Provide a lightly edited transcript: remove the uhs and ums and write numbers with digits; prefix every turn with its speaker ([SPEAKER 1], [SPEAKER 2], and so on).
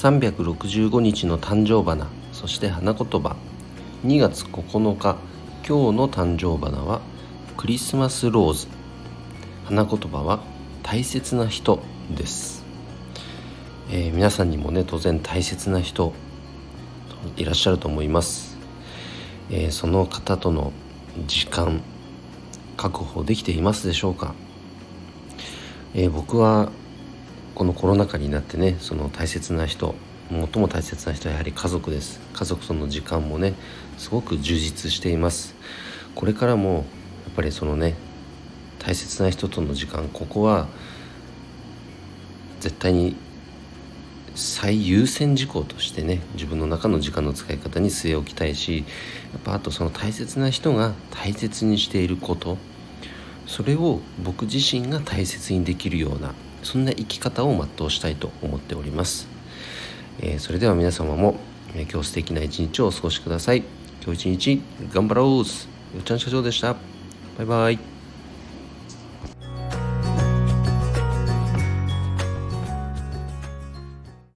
[SPEAKER 1] 365日の誕生花、そして花言葉。2月9日、今日の誕生花はクリスマスローズ。花言葉は大切な人です。皆さんにもね、当然大切な人いらっしゃると思います。その方との時間確保できていますでしょうか？僕はこのコロナ禍になってね、その大切な人、最も大切な人はやはり家族です。家族との時間もね、すごく充実しています。これからもやっぱりそのね、大切な人との時間、ここは絶対に最優先事項としてね、自分の中の時間の使い方に据え置きたいし、やっぱあとその大切な人が大切にしていること、それを僕自身が大切にできるような、そんな生き方を全うしたいと思っております。それでは皆様も、今日素敵な一日をお過ごしください。今日一日頑張ろう。よっちゃん社長でした。バイバイ。